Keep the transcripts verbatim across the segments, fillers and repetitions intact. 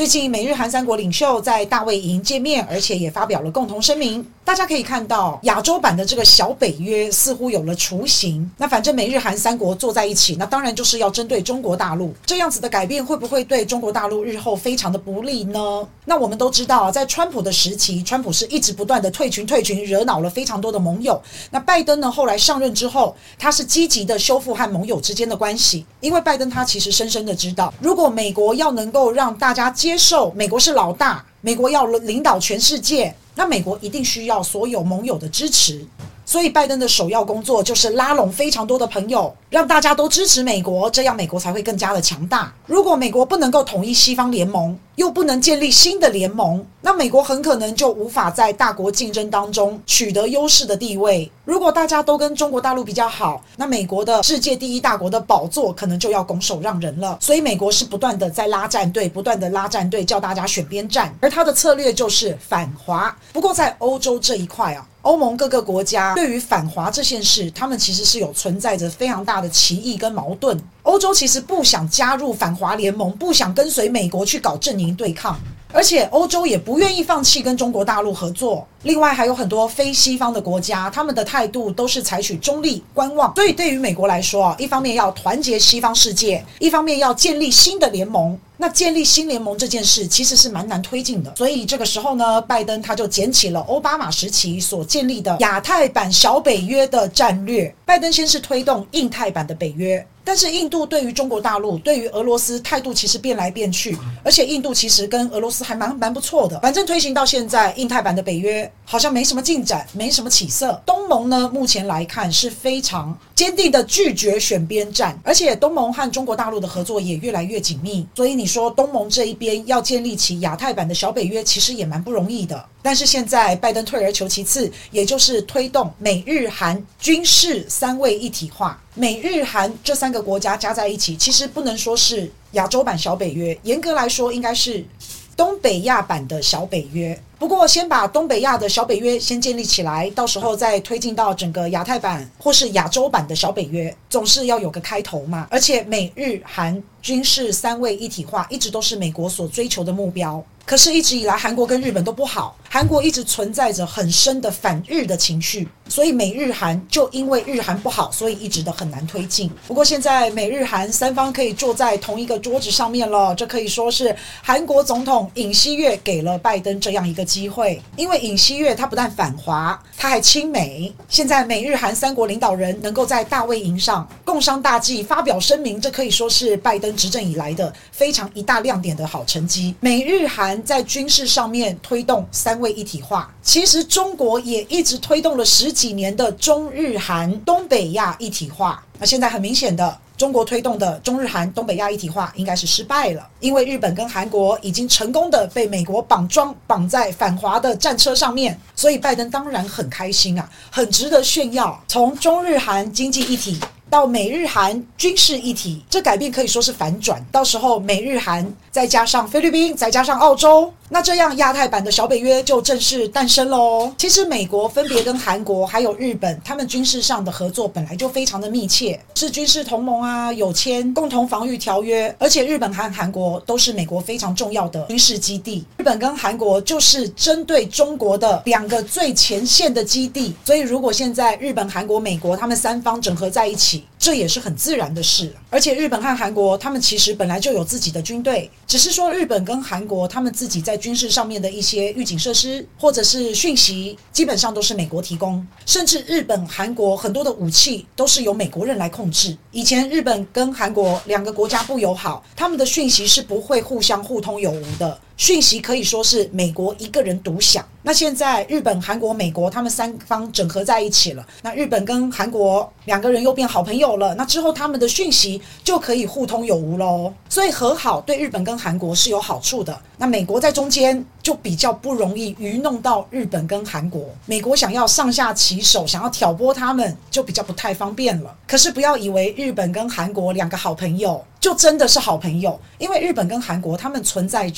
最近美日韩三国领袖在大卫营见面，而且也发表了共同声明。大家可以看到亚洲版的这个小北约似乎有了雏形。那反正美日韩三国坐在一起，那当然就是要针对中国大陆。这样子的改变会不会对中国大陆日后非常的不利呢？那我们都知道，在川普的时期，川普是一直不断的退群退群，惹恼了非常多的盟友。那拜登呢，后来上任之后，他是积极的修复和盟友之间的关系，因为拜登他其实深深的知道，如果美国要能够让大家接受美国是老大，美国要领导全世界，那美国一定需要所有盟友的支持。所以拜登的首要工作就是拉拢非常多的朋友，让大家都支持美国，这样美国才会更加的强大。如果美国不能够统一西方联盟，又不能建立新的联盟，那美国很可能就无法在大国竞争当中取得优势的地位。如果大家都跟中国大陆比较好，那美国的世界第一大国的宝座可能就要拱手让人了。所以美国是不断的在拉战队，不断的拉战队，叫大家选边站，而他的策略就是反华。不过在欧洲这一块啊，欧盟各个国家对于反华这件事，他们其实是有存在着非常大的歧义跟矛盾。欧洲其实不想加入反华联盟，不想跟随美国去搞阵营对抗，而且欧洲也不愿意放弃跟中国大陆合作。另外还有很多非西方的国家，他们的态度都是采取中立观望。所以对于美国来说，一方面要团结西方世界，一方面要建立新的联盟。那建立新联盟这件事其实是蛮难推进的，所以这个时候呢，拜登他就捡起了奥巴马时期所建立的亚太版小北约的战略。拜登先是推动印太版的北约，但是印度对于中国大陆，对于俄罗斯态度其实变来变去，而且印度其实跟俄罗斯还蛮蛮不错的。反正推行到现在，印太版的北约好像没什么进展，没什么起色。东盟呢，目前来看是非常坚定的拒绝选边站，而且东盟和中国大陆的合作也越来越紧密。所以你说东盟这一边要建立起亚太版的小北约，其实也蛮不容易的。但是现在拜登退而求其次，也就是推动美日韩军事三位一体化。美日韩这三个国家加在一起，其实不能说是亚洲版小北约，严格来说应该是东北亚版的小北约。不过先把东北亚的小北约先建立起来，到时候再推进到整个亚太版或是亚洲版的小北约，总是要有个开头嘛。而且美日韩军事三位一体化一直都是美国所追求的目标。可是一直以来韩国跟日本都不好，韩国一直存在着很深的反日的情绪，所以美日韩就因为日韩不好，所以一直的很难推进。不过现在美日韩三方可以坐在同一个桌子上面了，这可以说是韩国总统尹锡悦给了拜登这样一个机会。因为尹锡悦他不但反华，他还亲美。现在美日韩三国领导人能够在大卫营上共商大计，发表声明，这可以说是拜登执政以来的非常一大亮点的好成绩。美日韩在军事上面推动三位一体化，其实中国也一直推动了十几年的中日韩东北亚一体化。那现在很明显的，中国推动的中日韩东北亚一体化应该是失败了，因为日本跟韩国已经成功的被美国绑桩绑在反华的战车上面，所以拜登当然很开心啊，很值得炫耀。从中日韩经济一体到美日韩军事一体，这改变可以说是反转。到时候美日韩再加上菲律宾，再加上澳洲，那这样亚太版的小北约就正式诞生咯。其实美国分别跟韩国还有日本，他们军事上的合作本来就非常的密切，是军事同盟啊，有签共同防御条约，而且日本和韩国都是美国非常重要的军事基地。日本跟韩国就是针对中国的两个最前线的基地，所以如果现在日本、韩国、美国他们三方整合在一起，这也是很自然的事。而且日本和韩国他们其实本来就有自己的军队，只是说日本跟韩国他们自己在军事上面的一些预警设施或者是讯息基本上都是美国提供，甚至日本韩国很多的武器都是由美国人来控制。以前日本跟韩国两个国家不友好，他们的讯息是不会互相互通有无的，讯息可以说是美国一个人独享。那现在日本、韩国、美国他们三方整合在一起了，那日本跟韩国两个人又变好朋友了，那之后他们的讯息就可以互通有无咯。所以和好对日本跟韩国是有好处的，那美国在中间就比较不容易愚弄到日本跟韩国，美国想要上下其手，想要挑拨他们就比较不太方便了。可是不要以为日本跟韩国两个好朋友就真的是好朋友，因为日本跟韩国他们存在着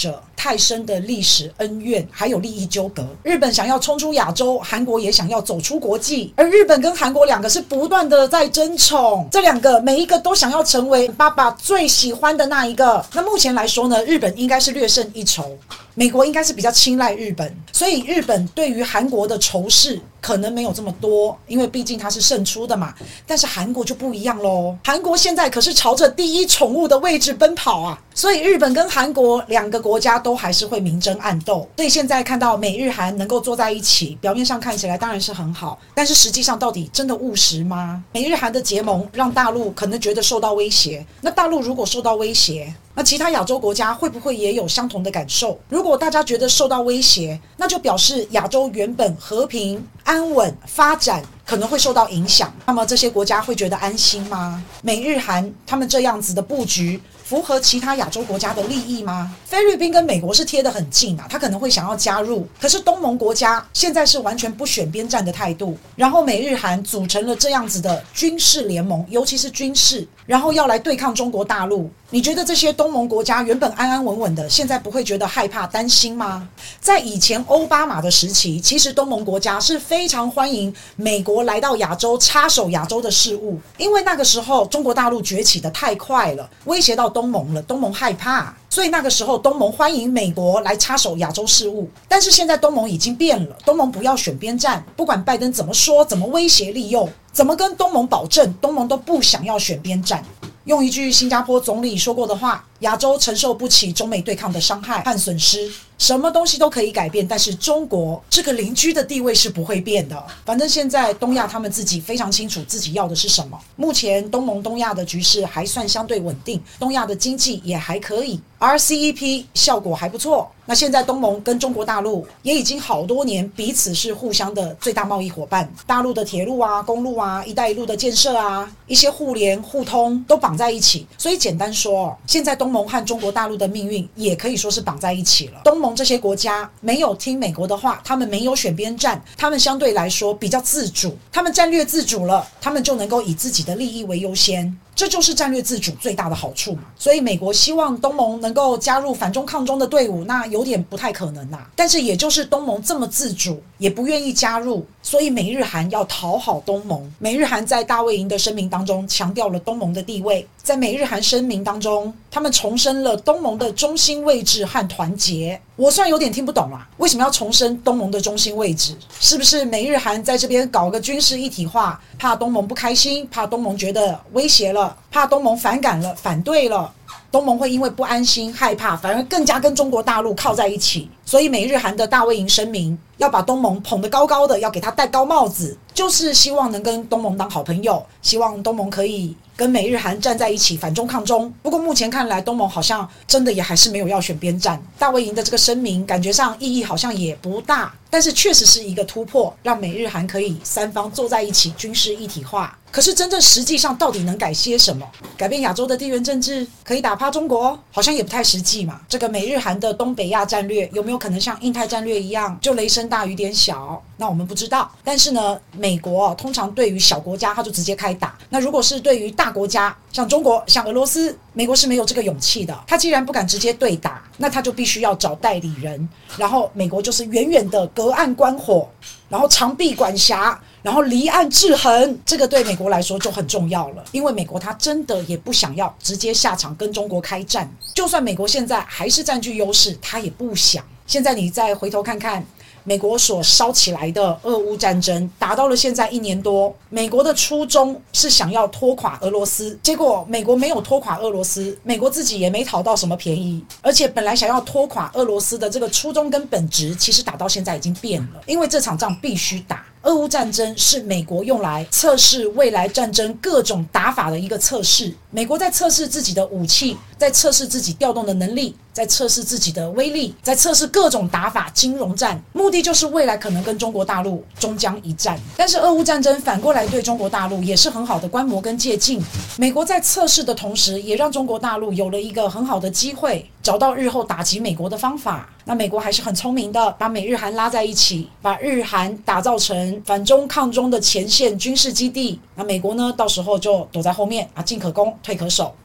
太深的历史恩怨，还有利益纠葛。日本想要冲出亚洲，韩国也想要走出国际，而日本跟韩国两个是不断的在争宠，这两个每一个都想要成为爸爸最喜欢的那一个。那目前来说呢，日本应该是略胜一筹，美国应该是比较青睐日本，所以日本对于韩国的仇视可能没有这么多，因为毕竟它是胜出的嘛。但是韩国就不一样咯，韩国现在可是朝着第一宠物的位置奔跑啊，所以日本跟韩国两个国家都还是会明争暗斗。所以现在看到美日韩能够坐在一起，表面上看起来当然是很好，但是实际上到底真的务实吗？美日韩的结盟让大陆可能觉得受到威胁，那大陆如果受到威胁，那其他亚洲国家会不会也有相同的感受？如果大家觉得受到威胁，那就表示亚洲原本和平安稳发展可能会受到影响，那么这些国家会觉得安心吗？美日韩他们这样子的布局符合其他亚洲国家的利益吗？菲律宾跟美国是贴得很近啊，他可能会想要加入，可是东盟国家现在是完全不选边站的态度，然后美日韩组成了这样子的军事联盟，尤其是军事，然后要来对抗中国大陆。你觉得这些东盟国家原本安安稳稳的，现在不会觉得害怕担心吗？在以前奥巴马的时期，其实东盟国家是非常欢迎美国来到亚洲插手亚洲的事务，因为那个时候中国大陆崛起的太快了，威胁到东盟了，东盟害怕，所以那个时候东盟欢迎美国来插手亚洲事务。但是现在东盟已经变了，东盟不要选边站，不管拜登怎么说，怎么威胁利诱，怎么跟东盟保证，东盟都不想要选边站。用一句新加坡总理说过的话，亚洲承受不起中美对抗的伤害和损失，什么东西都可以改变，但是中国这个邻居的地位是不会变的。反正现在东亚他们自己非常清楚自己要的是什么。目前东盟东亚的局势还算相对稳定，东亚的经济也还可以， R C E P 效果还不错。那现在东盟跟中国大陆也已经好多年彼此是互相的最大贸易伙伴，大陆的铁路啊、公路啊、一带一路的建设啊，一些互联互通都绑在一起。所以简单说，现在东盟和中国大陆的命运也可以说是绑在一起了。东盟这些国家没有听美国的话，他们没有选边站，他们相对来说比较自主，他们战略自主了，他们就能够以自己的利益为优先，这就是战略自主最大的好处嘛。所以美国希望东盟能够加入反中抗中的队伍，那有点不太可能啦。但是也就是东盟这么自主，也不愿意加入，所以美日韩要讨好东盟。美日韩在大卫营的声明当中强调了东盟的地位，在美日韩声明当中，他们重申了东盟的中心位置和团结。我虽然有点听不懂啦，为什么要重申东盟的中心位置？是不是美日韩在这边搞个军事一体化，怕东盟不开心，怕东盟觉得威胁了，怕东盟反感了、反对了，东盟会因为不安心、害怕，反而更加跟中国大陆靠在一起。所以美日韩的大卫营声明要把东盟捧得高高的，要给他戴高帽子，就是希望能跟东盟当好朋友，希望东盟可以跟美日韩站在一起反中抗中。不过目前看来，东盟好像真的也还是没有要选边站。大卫营的这个声明感觉上意义好像也不大，但是确实是一个突破，让美日韩可以三方坐在一起，军事一体化。可是真正实际上到底能改些什么？改变亚洲的地缘政治，可以打趴中国，好像也不太实际嘛。这个美日韩的东北亚战略有没有可能像印太战略一样，就雷声大雨点小？那我们不知道。但是呢，美国、哦、通常对于小国家他就直接开打，那如果是对于大国家，像中国、像俄罗斯，美国是没有这个勇气的。他既然不敢直接对打，那他就必须要找代理人，然后美国就是远远的隔岸观火，然后长臂管辖，然后离岸制衡，这个对美国来说就很重要了。因为美国他真的也不想要直接下场跟中国开战，就算美国现在还是占据优势，他也不想。现在你再回头看看美国所烧起来的俄乌战争，打到了现在一年多，美国的初衷是想要拖垮俄罗斯，结果美国没有拖垮俄罗斯，美国自己也没讨到什么便宜，而且本来想要拖垮俄罗斯的这个初衷跟本质，其实打到现在已经变了，因为这场仗必须打。俄乌战争是美国用来测试未来战争各种打法的一个测试，美国在测试自己的武器，在测试自己调动的能力，在测试自己的威力，在测试各种打法，金融战，目的就是未来可能跟中国大陆终将一战。但是俄乌战争反过来对中国大陆也是很好的观摩跟借鉴，美国在测试的同时，也让中国大陆有了一个很好的机会，找到日后打击美国的方法。那美国还是很聪明的，把美日韩拉在一起，把日韩打造成反中抗中的前线军事基地。那美国呢，到时候就躲在后面啊，进可攻退可守。